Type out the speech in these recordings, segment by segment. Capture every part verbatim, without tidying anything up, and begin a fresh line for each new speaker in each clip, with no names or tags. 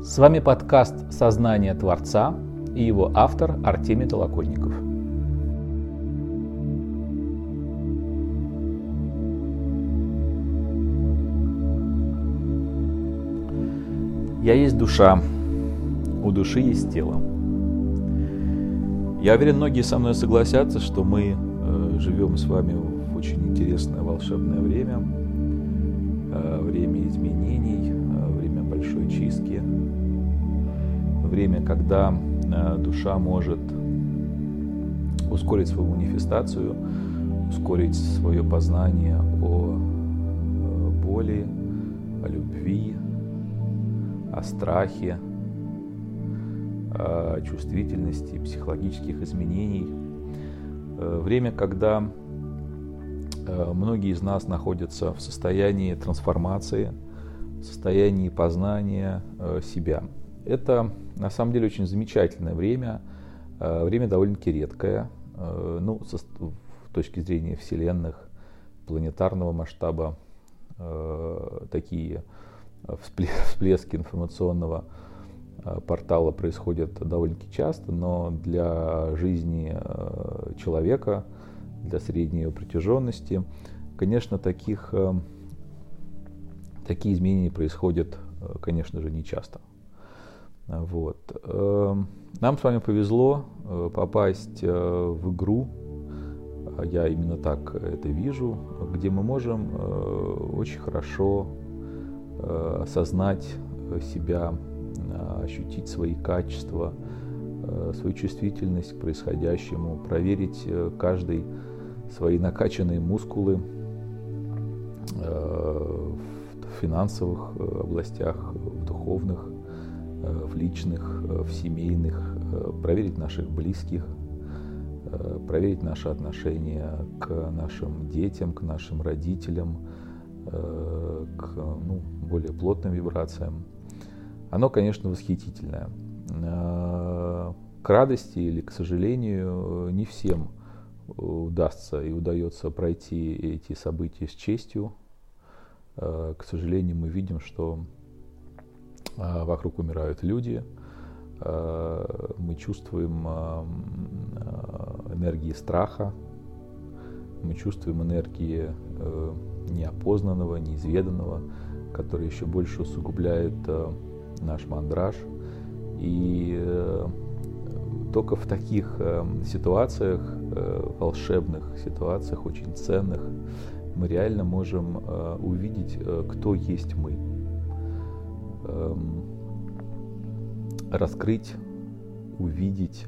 С вами подкаст «Сознание Творца» и его автор Артемий Толоконников. Я есть душа, у души есть тело. Я уверен, многие со мной согласятся, что мы э, живем с вами в очень интересное волшебное время, э, время изменений, э, время большой чистки, время, когда э, душа может ускорить свою манифестацию, ускорить свое познание о э, боли, о любви, о страхе, о чувствительности, психологических изменений. Время, когда многие из нас находятся в состоянии трансформации, в состоянии познания себя. Это на самом деле очень замечательное время, время довольно-таки редкое, ну, с точки зрения вселенных, планетарного масштаба, такие всплески информационного портала происходят довольно-таки часто, но для жизни человека, для средней его протяженности, конечно, таких, такие изменения происходят, конечно же, не часто. Вот. Нам с вами повезло попасть в игру, я именно так это вижу, где мы можем очень хорошо осознать себя, ощутить свои качества, свою чувствительность к происходящему, проверить каждый свои накачанные мускулы в финансовых областях, в духовных, в личных, в семейных, проверить наших близких, проверить наши отношения к нашим детям, к нашим родителям, к ну, более плотным вибрациям. Оно, конечно, восхитительное. К радости или к сожалению, не всем удастся и удается пройти эти события с честью. К сожалению, мы видим, что вокруг умирают люди. Мы чувствуем энергии страха, мы чувствуем энергии неопознанного, неизведанного, который еще больше усугубляет наш мандраж. И э, только в таких э, ситуациях, э, волшебных ситуациях, очень ценных, мы реально можем э, увидеть, э, кто есть мы. Э, раскрыть, увидеть,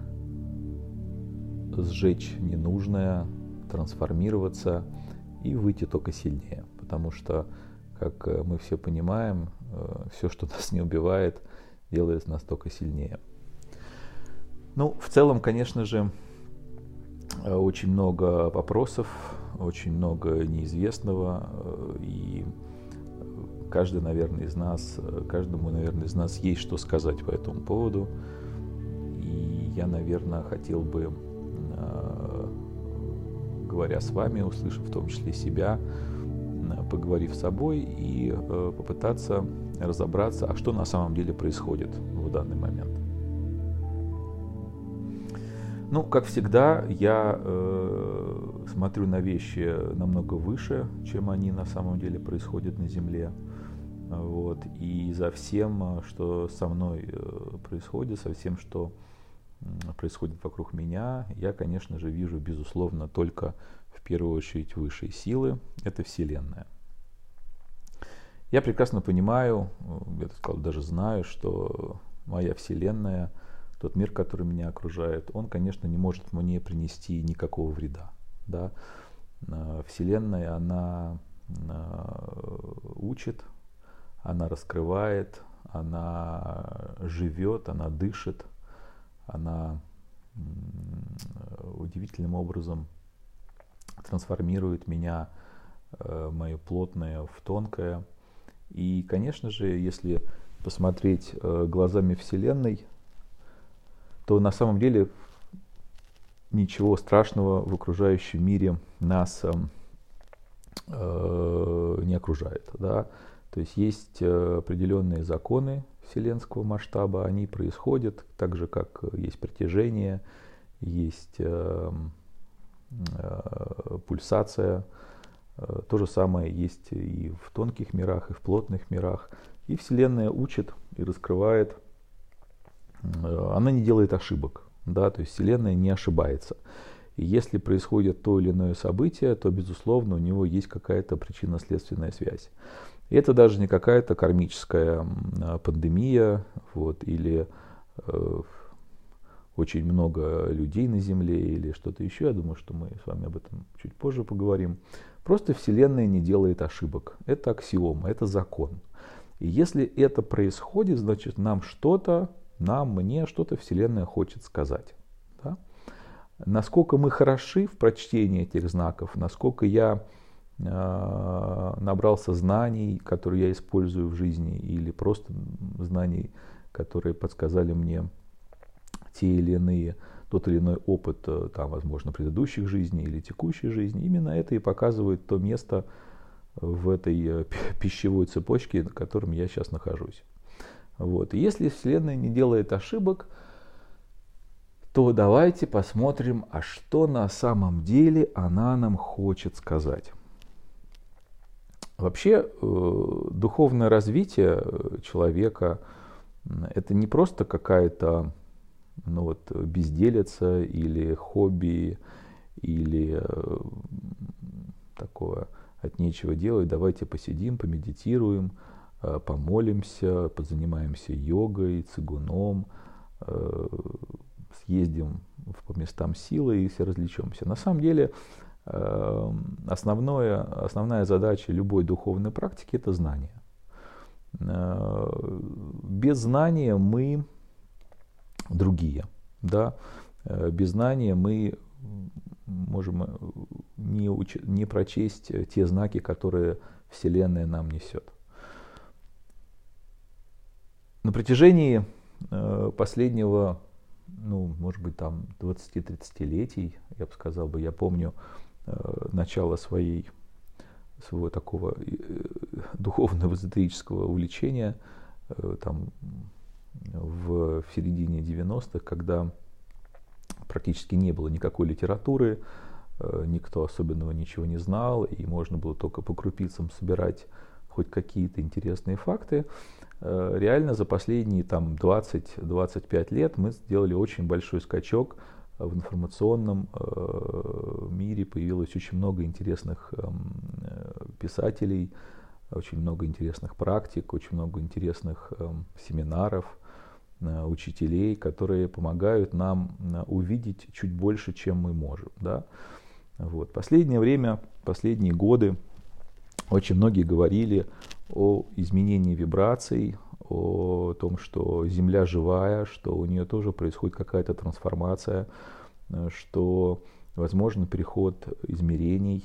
сжечь ненужное, трансформироваться и выйти только сильнее. Потому что, как мы все понимаем, все, что нас не убивает, делает нас только сильнее. Ну, в целом, конечно же, очень много вопросов, очень много неизвестного, и каждый, наверное, из нас, каждому, наверное, из нас есть что сказать по этому поводу. И я, наверное, хотел бы, говоря с вами, услышав в том числе себя, поговорив с собой и э, попытаться разобраться, а что на самом деле происходит в данный момент. Ну, как всегда, я э, смотрю на вещи намного выше, чем они на самом деле происходят на Земле. Вот. И за всем, что со мной происходит, со всем, что происходит вокруг меня, я, конечно же, вижу, безусловно, только в первую очередь высшие силы, это Вселенная. Я прекрасно понимаю, я так сказал, даже знаю, что моя Вселенная, тот мир, который меня окружает, он, конечно, не может мне принести никакого вреда. Да? Вселенная, она учит, она раскрывает, она живет, она дышит, она удивительным образом трансформирует меня, мое плотное в тонкое. И, конечно же, если посмотреть глазами Вселенной, то на самом деле ничего страшного в окружающем мире нас э, не окружает. Да? То есть есть определенные законы вселенского масштаба, они происходят, так же как есть притяжение, есть э, э, пульсация. То же самое есть и в тонких мирах, и в плотных мирах. И Вселенная учит и раскрывает. Она не делает ошибок. Да? То есть Вселенная не ошибается. И если происходит то или иное событие, то, безусловно, у него есть какая-то причинно-следственная связь. И это даже не какая-то кармическая пандемия, вот, или э, очень много людей на Земле, или что-то еще. Я думаю, что мы с вами об этом чуть позже поговорим. Просто Вселенная не делает ошибок. Это аксиома, это закон. И если это происходит, значит, нам что-то, нам, мне что-то Вселенная хочет сказать. Да? Насколько мы хороши в прочтении этих знаков, насколько я э, набрался знаний, которые я использую в жизни, или просто знаний, которые подсказали мне те или иные, тот или иной опыт, там, возможно, предыдущих жизней или текущей жизни, именно это и показывает то место в этой пищевой цепочке, на котором я сейчас нахожусь. Вот. И если Вселенная не делает ошибок, то давайте посмотрим, а что на самом деле она нам хочет сказать. Вообще, духовное развитие человека – это не просто какая-то, ну вот, безделица или хобби, или такое от нечего делать. Давайте посидим, помедитируем, помолимся, позанимаемся йогой, цигуном, съездим по местам силы и все развлечемся. На самом деле основное, основная задача любой духовной практики – это знание. Без знания мы другие. Да? Без знания мы можем не, уч... не прочесть те знаки, которые Вселенная нам несет. На протяжении последнего, ну, может быть, там двадцати-тридцатилетий, я бы сказал бы, я помню начало своей, своего такого духовного эзотерического увлечения там, в, в середине девяностых, когда практически не было никакой литературы, никто особенного ничего не знал, и можно было только по крупицам собирать хоть какие-то интересные факты. Реально за последние там, двадцать-двадцать пять лет мы сделали очень большой скачок в информационном мире. Появилось очень много интересных писателей, очень много интересных практик, очень много интересных семинаров, учителей, которые помогают нам увидеть чуть больше, чем мы можем. Да? Вот. Последнее время, последние годы очень многие говорили о изменении вибраций, о том, что Земля живая, что у нее тоже происходит какая-то трансформация, что возможен переход измерений.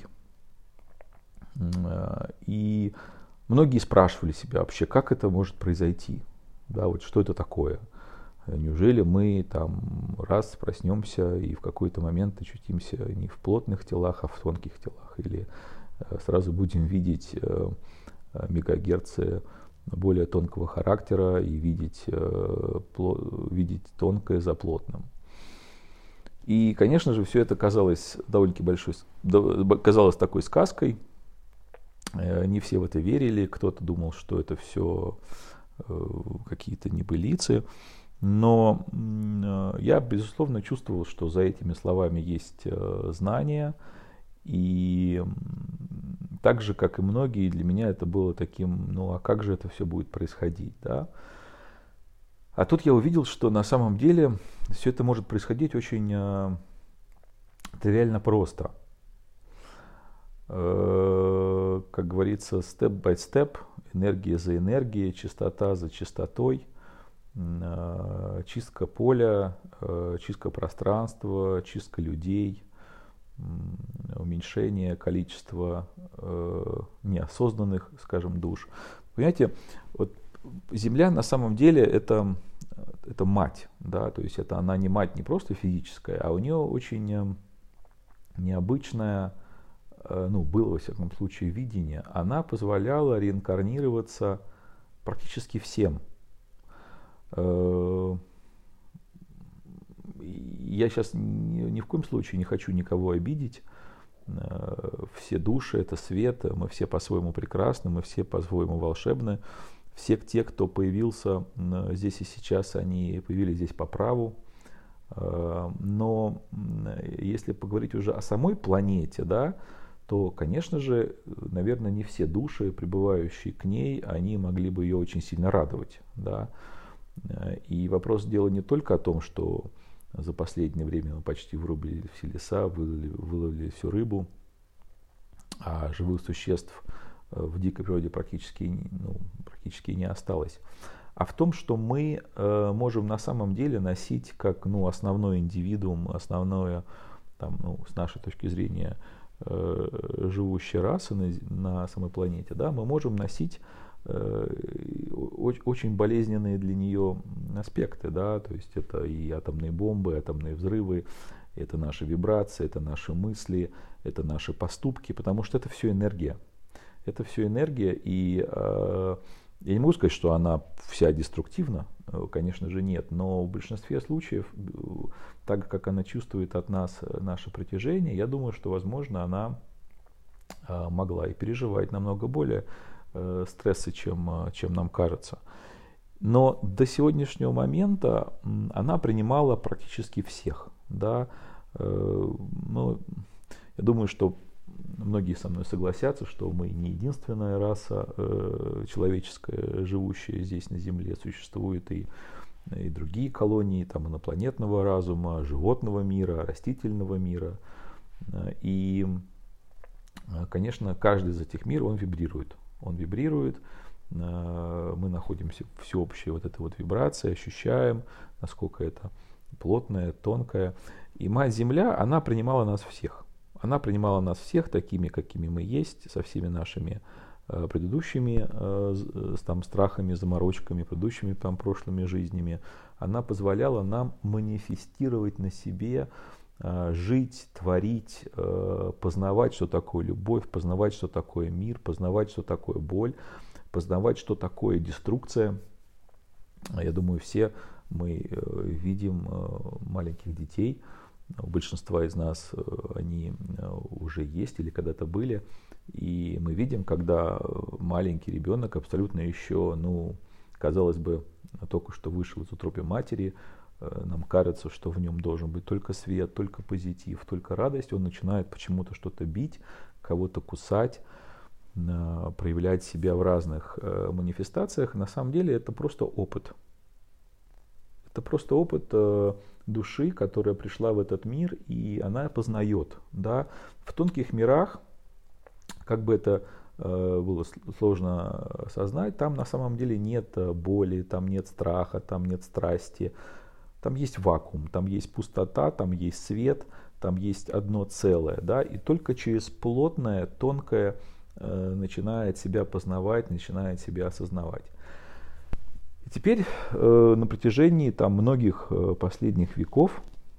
И многие спрашивали себя вообще, как это может произойти, да, вот что это такое. Неужели мы там раз проснемся и в какой-то момент очутимся не в плотных телах, а в тонких телах, или сразу будем видеть мегагерцы более тонкого характера и видеть, видеть тонкое за плотным. И, конечно же, все это казалось довольно большой, казалось такой сказкой. Не все в это верили, кто-то думал, что это все какие-то небылицы. Но я, безусловно, чувствовал, что за этими словами есть знания. И так же, как и многие, для меня это было таким, ну а как же это все будет происходить, да? А тут я увидел, что на самом деле все это может происходить очень э, тривиально просто. Э, как говорится, step by step, энергия за энергией, частота за частотой, э, чистка поля, э, чистка пространства, чистка людей, уменьшение количества э, неосознанных, скажем, душ. Понимаете, вот Земля на самом деле это, это мать, да, то есть это она не мать не просто физическая, а у нее очень необычное, э, ну, было во всяком случае видение. Она позволяла реинкарнироваться практически всем. Я сейчас ни, ни в коем случае не хочу никого обидеть. Все души — это свет, мы все по-своему прекрасны, мы все по-своему волшебны. Все те, кто появился здесь и сейчас, они появились здесь по праву. Но если поговорить уже о самой планете, да, то, конечно же, наверное, не все души, прибывающие к ней, они могли бы ее очень сильно радовать. Да. И вопрос дела не только о том, что за последнее время мы почти вырубили все леса, выловили, выловили всю рыбу, а живых существ в дикой природе практически, ну, практически не осталось. А в том, что мы э, можем на самом деле носить как, ну, основной индивидуум, основное, там, ну, с нашей точки зрения, э, живущая раса на, на самой планете, да, мы можем носить очень болезненные для нее аспекты, да, то есть это и атомные бомбы, атомные взрывы, это наши вибрации, это наши мысли, это наши поступки, потому что это все энергия. Это все энергия, и э, я не могу сказать, что она вся деструктивна, конечно же нет, но в большинстве случаев, так как она чувствует от нас наше притяжение, я думаю, что, возможно, она э, могла и переживать намного более стрессы, чем, чем нам кажется. Но до сегодняшнего момента она принимала практически всех. Да? Ну, я думаю, что многие со мной согласятся, что мы не единственная раса человеческая, живущая здесь на Земле. Существуют и, и другие колонии там, инопланетного разума, животного мира, растительного мира. И, конечно, каждый из этих миров, он вибрирует. Он вибрирует, мы находимся в всеобщей вот этой вот вибрации, ощущаем, насколько это плотное, тонкое. И Мать-Земля, она принимала нас всех. Она принимала нас всех такими, какими мы есть, со всеми нашими предыдущими там, страхами, заморочками, предыдущими там, прошлыми жизнями. Она позволяла нам манифестировать на себе, жить, творить, познавать, что такое любовь, познавать, что такое мир, познавать, что такое боль, познавать, что такое деструкция. Я думаю, все мы видим маленьких детей. У большинства из нас они уже есть или когда-то были. И мы видим, когда маленький ребенок абсолютно еще, ну, казалось бы, только что вышел из утробы матери, нам кажется, что в нем должен быть только свет, только позитив, только радость. Он начинает почему-то что-то бить, кого-то кусать, проявлять себя в разных манифестациях. На самом деле это просто опыт. Это просто опыт души, которая пришла в этот мир, и она познает. Да? В тонких мирах, как бы это было сложно осознать, там на самом деле нет боли, там нет страха, там нет страсти. Там есть вакуум, там есть пустота, там есть свет, там есть одно целое. Да? И только через плотное, тонкое э, начинает себя познавать, начинает себя осознавать. И теперь э, на протяжении там, многих э, последних веков,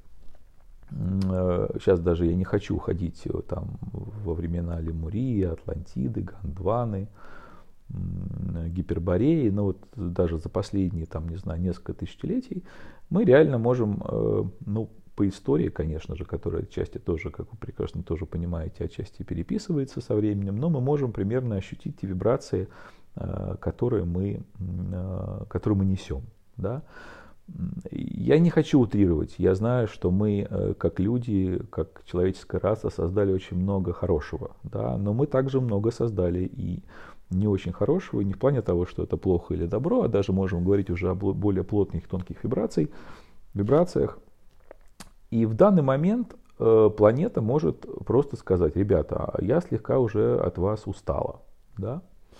э, сейчас даже я не хочу уходить э, там, во времена Лемурии, Атлантиды, Гондваны, Гипербореи, но вот даже за последние, там, не знаю, несколько тысячелетий мы реально можем, ну, по истории, конечно же, которая отчасти тоже, как вы прекрасно тоже понимаете, отчасти переписывается со временем, но мы можем примерно ощутить те вибрации, которые мы, которые мы несем. Да? Я не хочу утрировать, я знаю, что мы, как люди, как человеческая раса, создали очень много хорошего, да? Но мы также много создали и не очень хорошего, не в плане того, что это плохо или добро, а даже можем говорить уже о более плотных, тонких вибраций, вибрациях. И в данный момент э, планета может просто сказать: ребята, я слегка уже от вас устала. Да?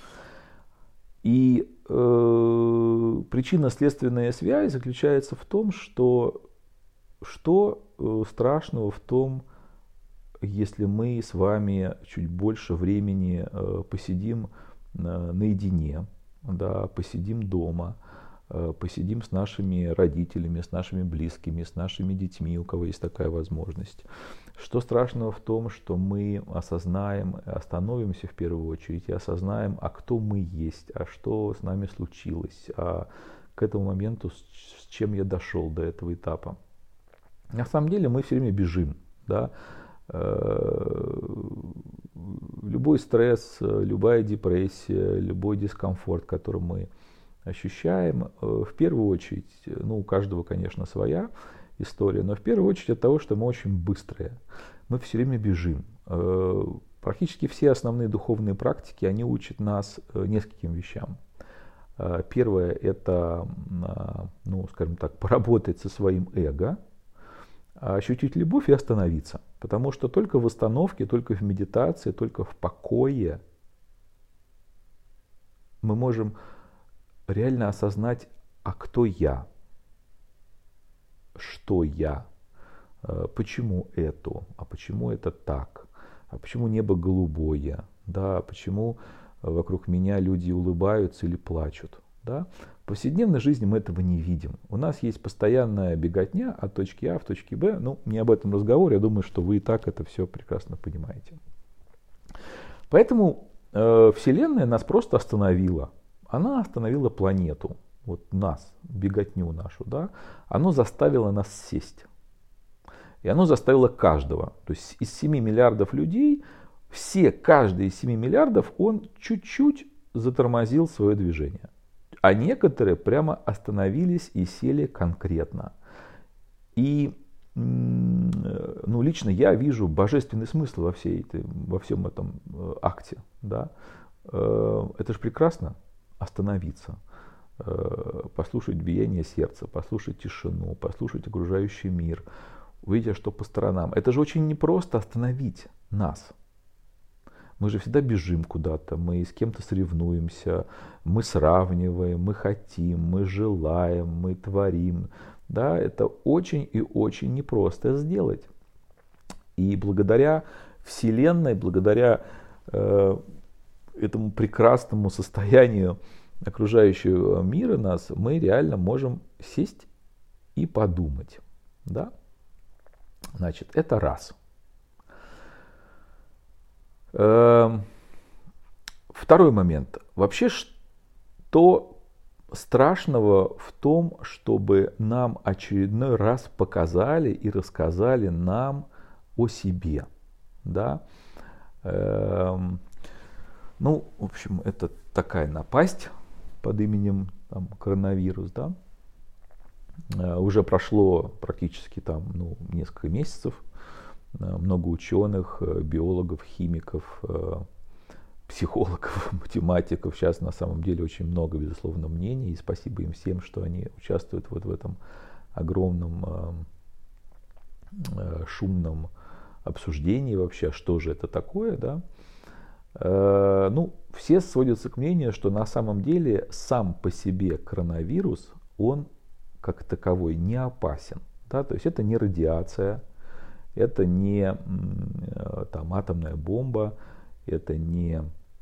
И э, причинно-следственная связь заключается в том, что что э, страшного в том, если мы с вами чуть больше времени э, посидим наедине, да, посидим дома, посидим с нашими родителями, с нашими близкими, с нашими детьми, у кого есть такая возможность. Что страшного в том, что мы осознаем, остановимся в первую очередь и осознаем, а кто мы есть, а что с нами случилось, а к этому моменту, с чем я дошел до этого этапа. На самом деле мы все время бежим, да. Любой стресс, любая депрессия, любой дискомфорт, который мы ощущаем, в первую очередь, ну, у каждого, конечно, своя история, но в первую очередь от того, что мы очень быстрые. Мы все время бежим. Практически все основные духовные практики, они учат нас нескольким вещам. Первое – это, ну, скажем так, поработать со своим эго, ощутить любовь и остановиться. Потому что только в остановке, только в медитации, только в покое мы можем реально осознать, а кто я, что я, почему это, а почему это так, а почему небо голубое, да, почему вокруг меня люди улыбаются или плачут. Да? В повседневной жизни мы этого не видим. У нас есть постоянная беготня от точки А в точке Б. Ну, не об этом разговор, я думаю, что вы и так это все прекрасно понимаете. Поэтому э, Вселенная нас просто остановила. Она остановила планету, вот нас, беготню нашу, да. Оно заставило нас сесть. И оно заставило каждого. То есть из семи миллиардов людей, все, каждый из семи миллиардов, он чуть-чуть затормозил свое движение. А некоторые прямо остановились и сели конкретно. И ну, лично я вижу божественный смысл во, всей этой, во всем этом акте. Да? Это же прекрасно остановиться, послушать биение сердца, послушать тишину, послушать окружающий мир, увидеть, что по сторонам. Это же очень непросто остановить нас. Мы же всегда бежим куда-то, мы с кем-то соревнуемся, мы сравниваем, мы хотим, мы желаем, мы творим. Да, это очень и очень непросто сделать. И благодаря Вселенной, благодаря э, этому прекрасному состоянию окружающего мира нас, мы реально можем сесть и подумать. Да? Значит, это раз. Второй момент. Вообще, что страшного в том, чтобы нам очередной раз показали и рассказали нам о себе? Да? Ну, в общем, это такая напасть под именем там, коронавирус. Да? Уже прошло практически там, ну, несколько месяцев. Много ученых, биологов, химиков, психологов, математиков. Сейчас на самом деле очень много, безусловно, мнений. И спасибо им всем, что они участвуют вот в этом огромном шумном обсуждении вообще, что же это такое. Да? Ну, все сводятся к мнению, что на самом деле сам по себе коронавирус, он как таковой не опасен. Да? То есть это не радиация. Это не там, атомная бомба, это не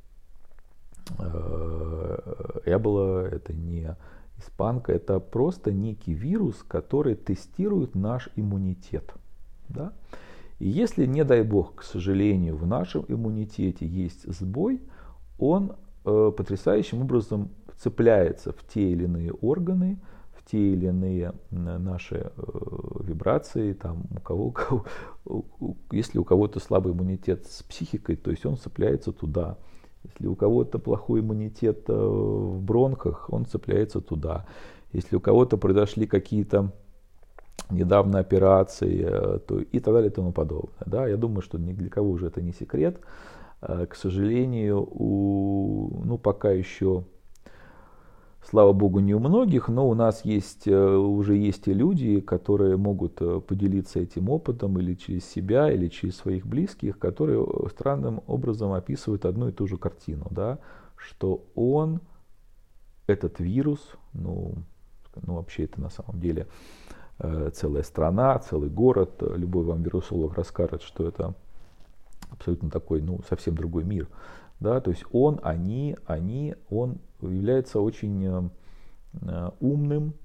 Эбола, это не испанка, это просто некий вирус, который тестирует наш иммунитет. Да? И если, не дай бог, к сожалению, в нашем иммунитете есть сбой, он э, потрясающим образом цепляется в те или иные органы, те или иные наши вибрации, там, у кого, у кого, если у кого-то слабый иммунитет с психикой, то есть он цепляется туда. Если у кого-то плохой иммунитет в бронхах, он цепляется туда. Если у кого-то произошли какие-то недавно операции, то и так далее и тому подобное. Да, я думаю, что ни для кого уже это не секрет. К сожалению, у, ну, пока еще, слава богу, не у многих, но у нас есть, уже есть и люди, которые могут поделиться этим опытом или через себя, или через своих близких, которые странным образом описывают одну и ту же картину, да, что он, этот вирус, ну, ну вообще это на самом деле целая страна, целый город, любой вам вирусолог расскажет, что это абсолютно такой, ну, совсем другой мир. Да, то есть он, они, они, он является очень э, умным,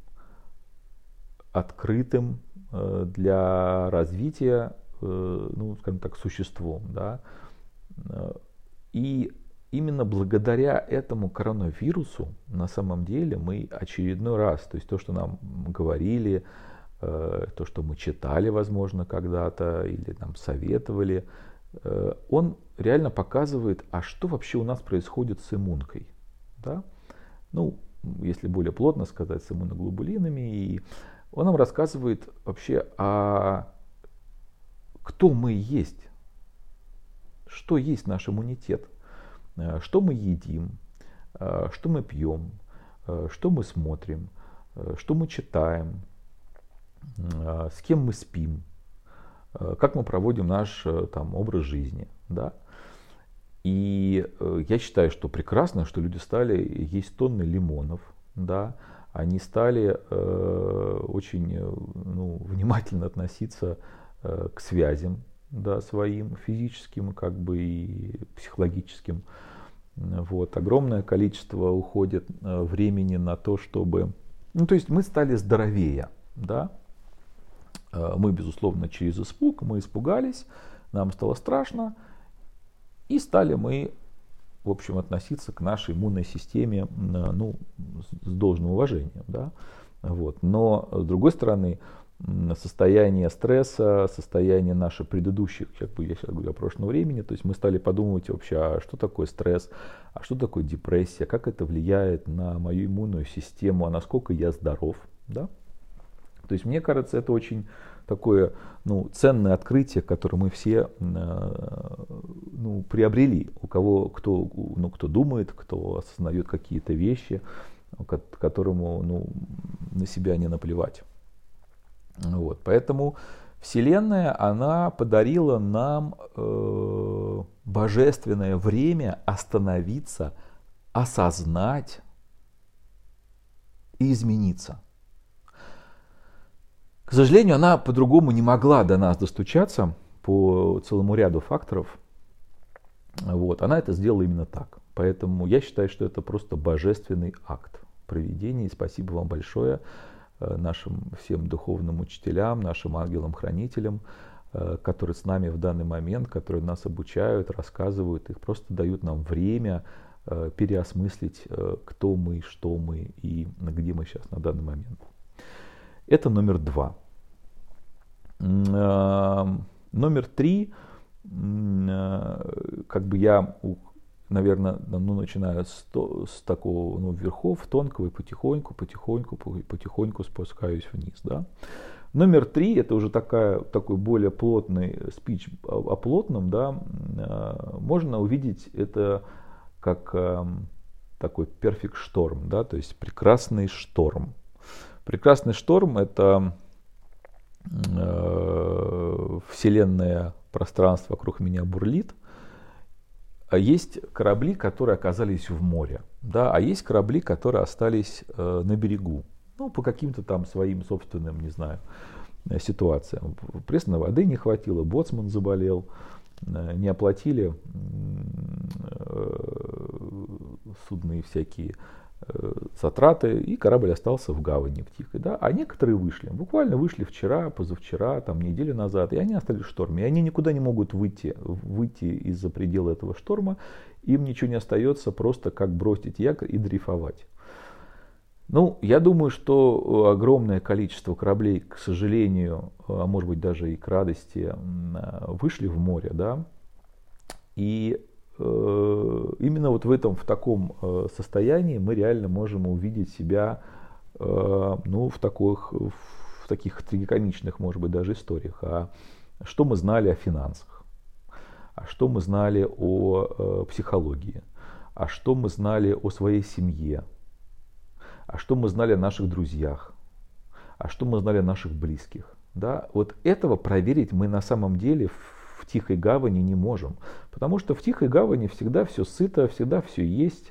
открытым э, для развития, э, ну, скажем так, существом. Да. И именно благодаря этому коронавирусу на самом деле мы очередной раз, то есть то, что нам говорили, то, что мы читали, возможно, когда-то или нам советовали, он реально показывает, а что вообще у нас происходит с иммункой. Да? Ну, если более плотно сказать, с иммуноглобулинами. И он нам рассказывает вообще, а кто мы есть, что есть наш иммунитет, что мы едим, что мы пьем, что мы смотрим, что мы читаем, с кем мы спим, как мы проводим наш там, образ жизни. Да? И я считаю, что прекрасно, что люди стали есть тонны лимонов. Да? Они стали э, очень ну, внимательно относиться э, к связям, да, своим физическим как бы, и психологическим. Вот. Огромное количество уходит времени на то, чтобы... Ну, то есть мы стали здоровее. Да? Мы, безусловно, через испуг, мы испугались, нам стало страшно, и стали мы, в общем, относиться к нашей иммунной системе ну, с должным уважением. Да? Вот. Но, с другой стороны, состояние стресса, состояние наших предыдущих, как бы я сейчас говорю о прошлом времени, то есть мы стали подумывать вообще, а что такое стресс, а что такое депрессия, как это влияет на мою иммунную систему, а насколько я здоров. Да? То есть мне кажется, это очень такое ну, ценное открытие, которое мы все ну, приобрели. У кого, кто, ну, кто думает, кто осознает какие-то вещи, которому ну, на себя не наплевать. Вот. Поэтому Вселенная, она подарила нам э, божественное время остановиться, осознать и измениться. К сожалению, она по-другому не могла до нас достучаться по целому ряду факторов. Вот. Она это сделала именно так. Поэтому я считаю, что это просто божественный акт провидения. И спасибо вам большое, нашим всем духовным учителям, нашим ангелам-хранителям, которые с нами в данный момент, которые нас обучают, рассказывают, их просто дают нам время переосмыслить, кто мы, что мы и где мы сейчас на данный момент. Это номер два. Номер три, как бы я, наверное, ну, начинаю с, то, с такого ну, верхов, тонкого, и потихоньку, потихоньку, потихоньку спускаюсь вниз. Да? Номер три, это уже такая, такой более плотный спич о плотном, да, можно увидеть это как такой perfect storm, да, то есть прекрасный шторм. Прекрасный шторм – это э, вселенное пространство вокруг меня бурлит. А есть корабли, которые оказались в море. Да, а есть корабли, которые остались э, на берегу. Ну, по каким-то там своим собственным, не знаю, ситуациям. Пресной воды не хватило, боцман заболел, э, не оплатили э, судные всякие затраты, и корабль остался в гавани в тихой. Да? А некоторые вышли, буквально вышли вчера, позавчера, там, неделю назад, и они остались в шторме. И они никуда не могут выйти, выйти из-за предела этого шторма. Им ничего не остается, просто как бросить якорь и дрейфовать. Ну, я думаю, что огромное количество кораблей, к сожалению, а может быть даже и к радости, вышли в море, да, и именно вот в этом, в таком состоянии мы реально можем увидеть себя ну, в, таких, в таких трагикомичных, может быть, даже историях. А что мы знали о финансах? А что мы знали о психологии? А что мы знали о своей семье? А что мы знали о наших друзьях? А что мы знали о наших близких? Да? Вот этого проверить мы на самом деле в тихой гавани не можем. Потому что в тихой гавани всегда все сыто, всегда все есть.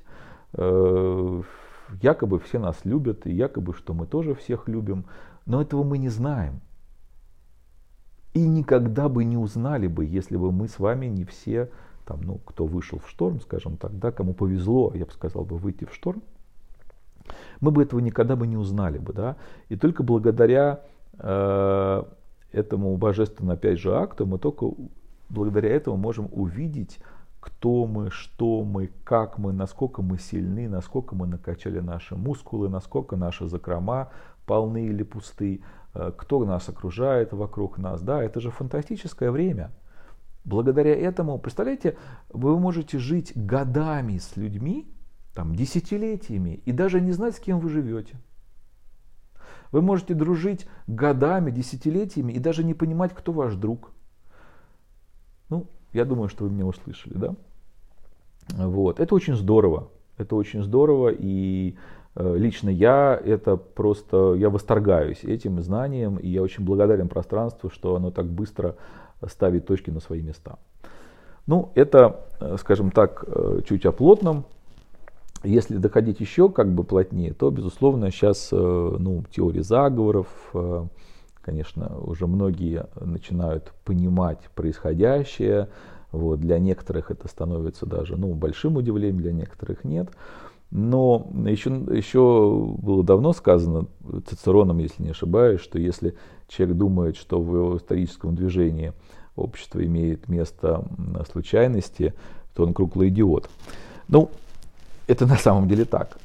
Якобы все нас любят, и якобы, что мы тоже всех любим. Но этого мы не знаем. И никогда бы не узнали бы, если бы мы с вами не все, там, ну, кто вышел в шторм, скажем так, да, кому повезло, я бы сказал, бы выйти в шторм, мы бы этого никогда бы не узнали бы. Да? И только благодаря э, этому божественному, опять же, акту, мы только благодаря этому можем увидеть, кто мы, что мы, как мы, насколько мы сильны, насколько мы накачали наши мускулы, насколько наши закрома полны или пусты, кто нас окружает вокруг нас. Да, это же фантастическое время. Благодаря этому, представляете, вы можете жить годами с людьми, там, десятилетиями, и даже не знать, с кем вы живете. Вы можете дружить годами, десятилетиями, и даже не понимать, кто ваш друг. Ну, я думаю, что вы меня услышали, да? Вот. Это очень здорово. Это очень здорово, и э, лично я это просто, я восторгаюсь этим знанием, и я очень благодарен пространству, что оно так быстро ставит точки на свои места. Ну, это, скажем так, чуть о плотном. Если доходить еще как бы плотнее, то, безусловно, сейчас, ну, теории заговоров, конечно, уже многие начинают понимать происходящее. Вот, для некоторых это становится даже, ну, большим удивлением, для некоторых нет. Но еще, еще было давно сказано Цицероном, если не ошибаюсь, что если человек думает, что в его историческом движении общество имеет место случайности, то он круглый идиот. Ну, это на самом деле так.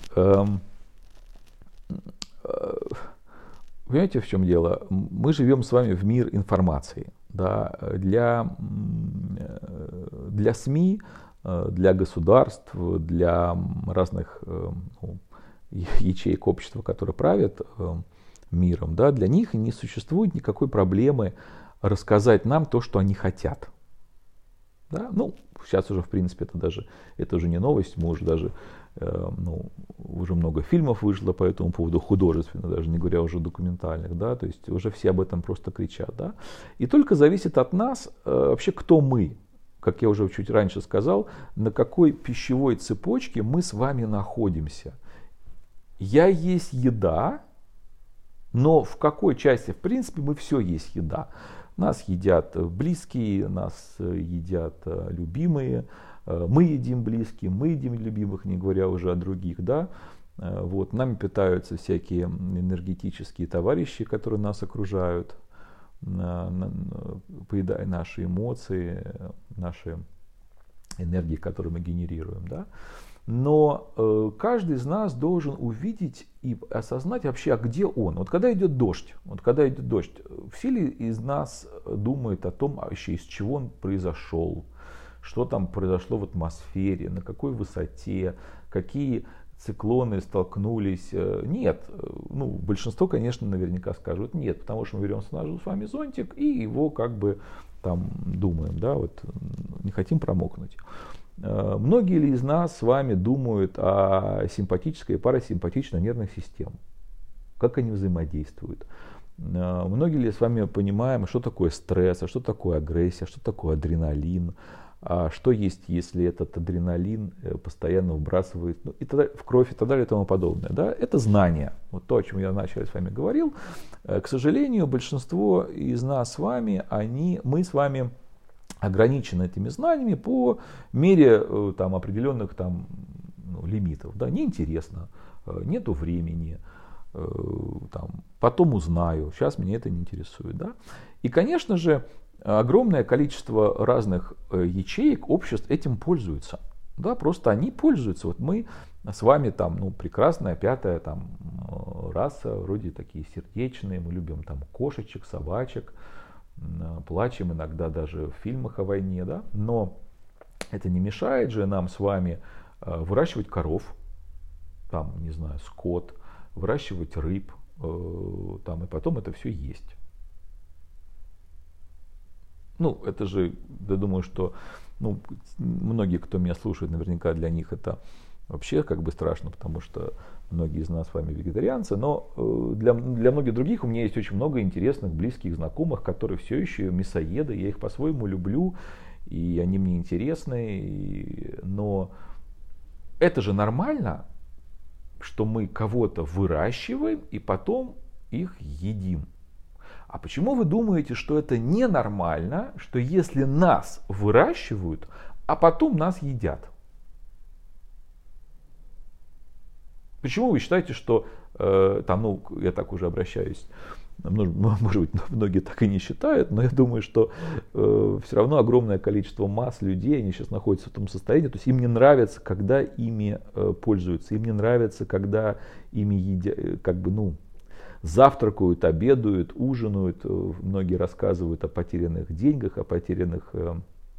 Понимаете, в чем дело? Мы живем с вами в мир информации. Да? Для, для СМИ, для государств, для разных, ну, ячеек общества, которые правят миром, да, для них не существует никакой проблемы рассказать нам то, что они хотят. Да? Ну, сейчас уже, в принципе, это даже это уже не новость, мы уже даже, э, ну, уже много фильмов вышло по этому поводу, художественно, даже не говоря уже документальных, да, то есть уже все об этом просто кричат, да. И только зависит от нас э, вообще, кто мы, как я уже чуть раньше сказал, на какой пищевой цепочке мы с вами находимся. Я есть еда, но в какой части, в принципе, мы все есть еда. Нас едят близкие, нас едят любимые, мы едим близкие, мы едим любимых, не говоря уже о других, да. Вот, нами питаются всякие энергетические товарищи, которые нас окружают, поедая наши эмоции, наши энергии, которые мы генерируем, да. Но э, каждый из нас должен увидеть и осознать вообще, а где он. Вот когда идет дождь, вот когда идет дождь, все ли из нас думают о том, а вообще из чего он произошел, что там произошло в атмосфере, на какой высоте, какие циклоны столкнулись. Нет, ну, большинство, конечно, наверняка скажут нет, потому что мы берем с вами зонтик и его как бы там думаем, да, вот не хотим промокнуть. Многие ли из нас с вами думают о симпатической и парасимпатичной нервных системах? Как они взаимодействуют? Многие ли с вами понимаем, что такое стресс, а что такое агрессия, что такое адреналин? А что есть, если этот адреналин постоянно вбрасывает, ну, и тогда, в кровь и так далее и тому подобное. Да? Это знание. Вот то, о чем я вначале с вами говорил. К сожалению, большинство из нас с вами, они, мы с вами ограничены этими знаниями по мере там, определенных там, ну, лимитов. Да? Неинтересно, нету времени, там, потом узнаю, сейчас меня это не интересует. Да? И, конечно же, огромное количество разных ячеек обществ этим пользуются. Да, просто они пользуются. Вот мы с вами там, ну, прекрасная пятая там, раса, вроде такие сердечные, мы любим там кошечек, собачек, плачем иногда даже в фильмах о войне, да? Но это не мешает же нам с вами выращивать коров, там, не знаю, скот, выращивать рыб, там, и потом это все есть. Ну, это же, я думаю, что, ну, многие, кто меня слушает, наверняка для них это вообще как бы страшно, потому что многие из нас с вами вегетарианцы, но для, для многих других у меня есть очень много интересных, близких знакомых, которые все еще мясоеды, я их по-своему люблю, и они мне интересны, и, но это же нормально, что мы кого-то выращиваем и потом их едим. А почему вы думаете, что это ненормально, что если нас выращивают, а потом нас едят? Почему вы считаете, что, э, там, ну, я так уже обращаюсь может быть, многие так и не считают, но я думаю, что э, все равно огромное количество масс людей, они сейчас находятся в том состоянии, то есть им не нравится, когда ими э, пользуются, им не нравится, когда ими едят, как бы, ну, завтракают, обедают, ужинают, многие рассказывают о потерянных деньгах, о потерянных... Э,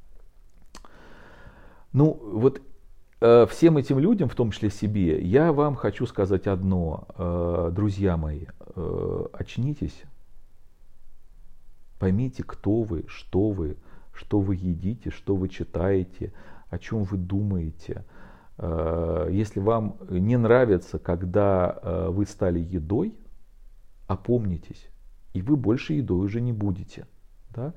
ну, вот э, всем этим людям, в том числе себе, я вам хочу сказать одно, э, друзья мои, э, очнитесь, поймите, кто вы, что вы, что вы едите, что вы читаете, о чем вы думаете. Э, если вам не нравится, когда э, вы стали едой, опомнитесь, и вы больше едой уже не будете. Да?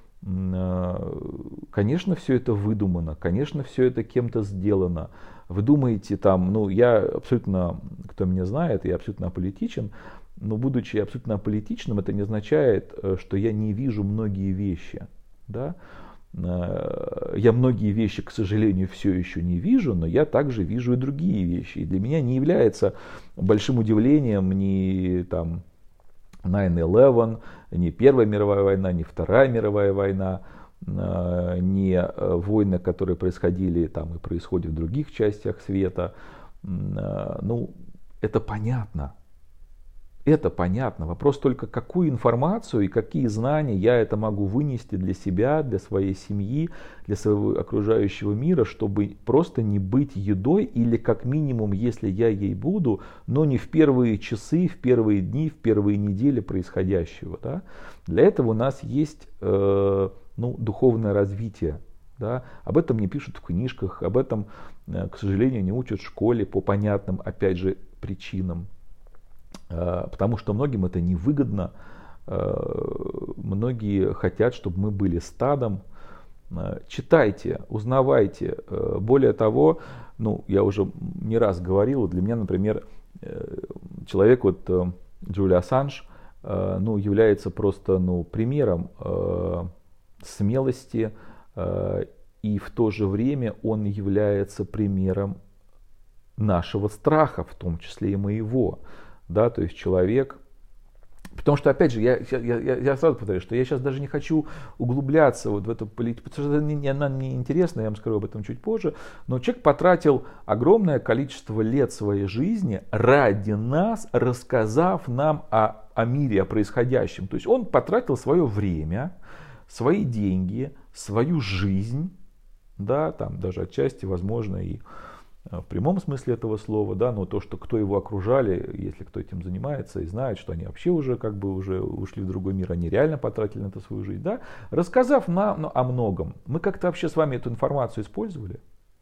Конечно, все это выдумано, конечно, все это кем-то сделано. Вы думаете, там, ну, я абсолютно, кто меня знает, я абсолютно аполитичен, но будучи абсолютно аполитичным, это не означает, что я не вижу многие вещи. Да? Я многие вещи, к сожалению, все еще не вижу, но я также вижу и другие вещи. И для меня не является большим удивлением ни там найн илевен, ни Первая мировая война, ни Вторая мировая война, ни войны, которые происходили там и происходят в других частях света. Ну, это понятно. Это понятно. Вопрос только, какую информацию и какие знания я это могу вынести для себя, для своей семьи, для своего окружающего мира, чтобы просто не быть едой или как минимум, если я ей буду, но не в первые часы, в первые дни, в первые недели происходящего. Да? Для этого у нас есть э, ну, духовное развитие. Да? Об этом не пишут в книжках, об этом, к сожалению, не учат в школе по понятным, опять же, причинам. Потому что многим это невыгодно, многие хотят, чтобы мы были стадом. Читайте, узнавайте. Более того, ну, я уже не раз говорил, для меня, например, человек, вот Джулиан Ассанж, ну, является просто ну, примером смелости, и в то же время он является примером нашего страха, в том числе и моего. Да, то есть человек, потому что, опять же, я, я, я, я сразу повторяю, что я сейчас даже не хочу углубляться вот в эту политику, потому что она, она мне интересна, я вам скажу об этом чуть позже, но человек потратил огромное количество лет своей жизни ради нас, рассказав нам о, о мире, о происходящем. То есть он потратил свое время, свои деньги, свою жизнь, да, там даже отчасти, возможно, и в прямом смысле этого слова, да, но то, что кто его окружали, если кто этим занимается и знает, что они вообще уже как бы уже ушли в другой мир, они реально потратили на это свою жизнь, да, рассказав нам о многом, мы как-то вообще с вами эту информацию использовали.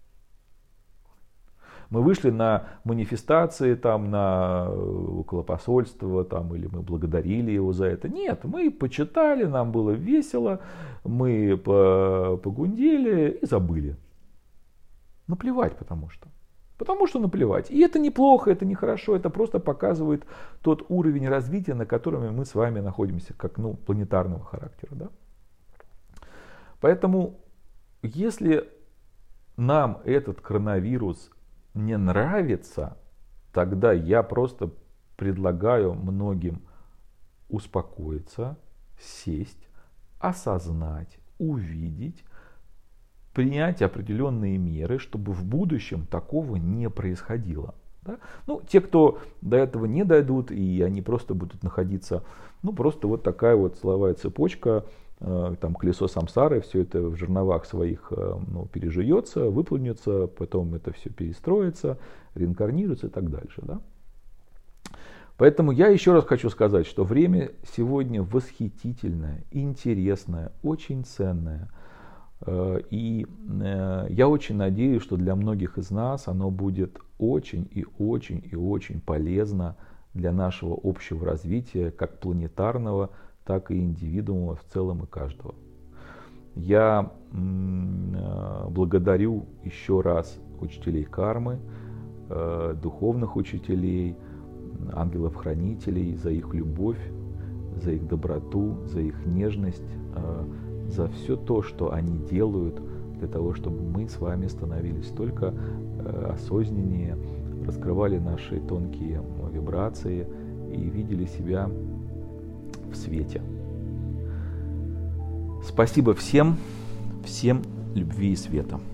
Мы вышли на манифестации, там, на около посольства, там, или мы благодарили его за это. Нет, мы почитали, нам было весело, мы погундели и забыли. Наплевать, потому что. Потому что наплевать. И это неплохо, это нехорошо, это просто показывает тот уровень развития, на котором мы с вами находимся, как ну, планетарного характера. Да? Поэтому, если нам этот коронавирус не нравится, тогда я просто предлагаю многим успокоиться, сесть, осознать, увидеть, принять определенные меры, чтобы в будущем такого не происходило. Да? Ну, те, кто до этого не дойдут, и они просто будут находиться, ну, просто вот такая вот силовая цепочка, э, там, колесо самсары, все это в жерновах своих э, ну, пережуется, выплюнется, потом это все перестроится, реинкарнируется и так дальше. Да? Поэтому я еще раз хочу сказать, что время сегодня восхитительное, интересное, очень ценное. И я очень надеюсь, что для многих из нас оно будет очень и очень и очень полезно для нашего общего развития, как планетарного, так и индивидуума в целом и каждого. Я благодарю еще раз учителей кармы, духовных учителей, ангелов-хранителей за их любовь, за их доброту, за их нежность, за все то, что они делают для того, чтобы мы с вами становились только осознаннее, раскрывали наши тонкие вибрации и видели себя в свете. Спасибо всем, всем любви и света.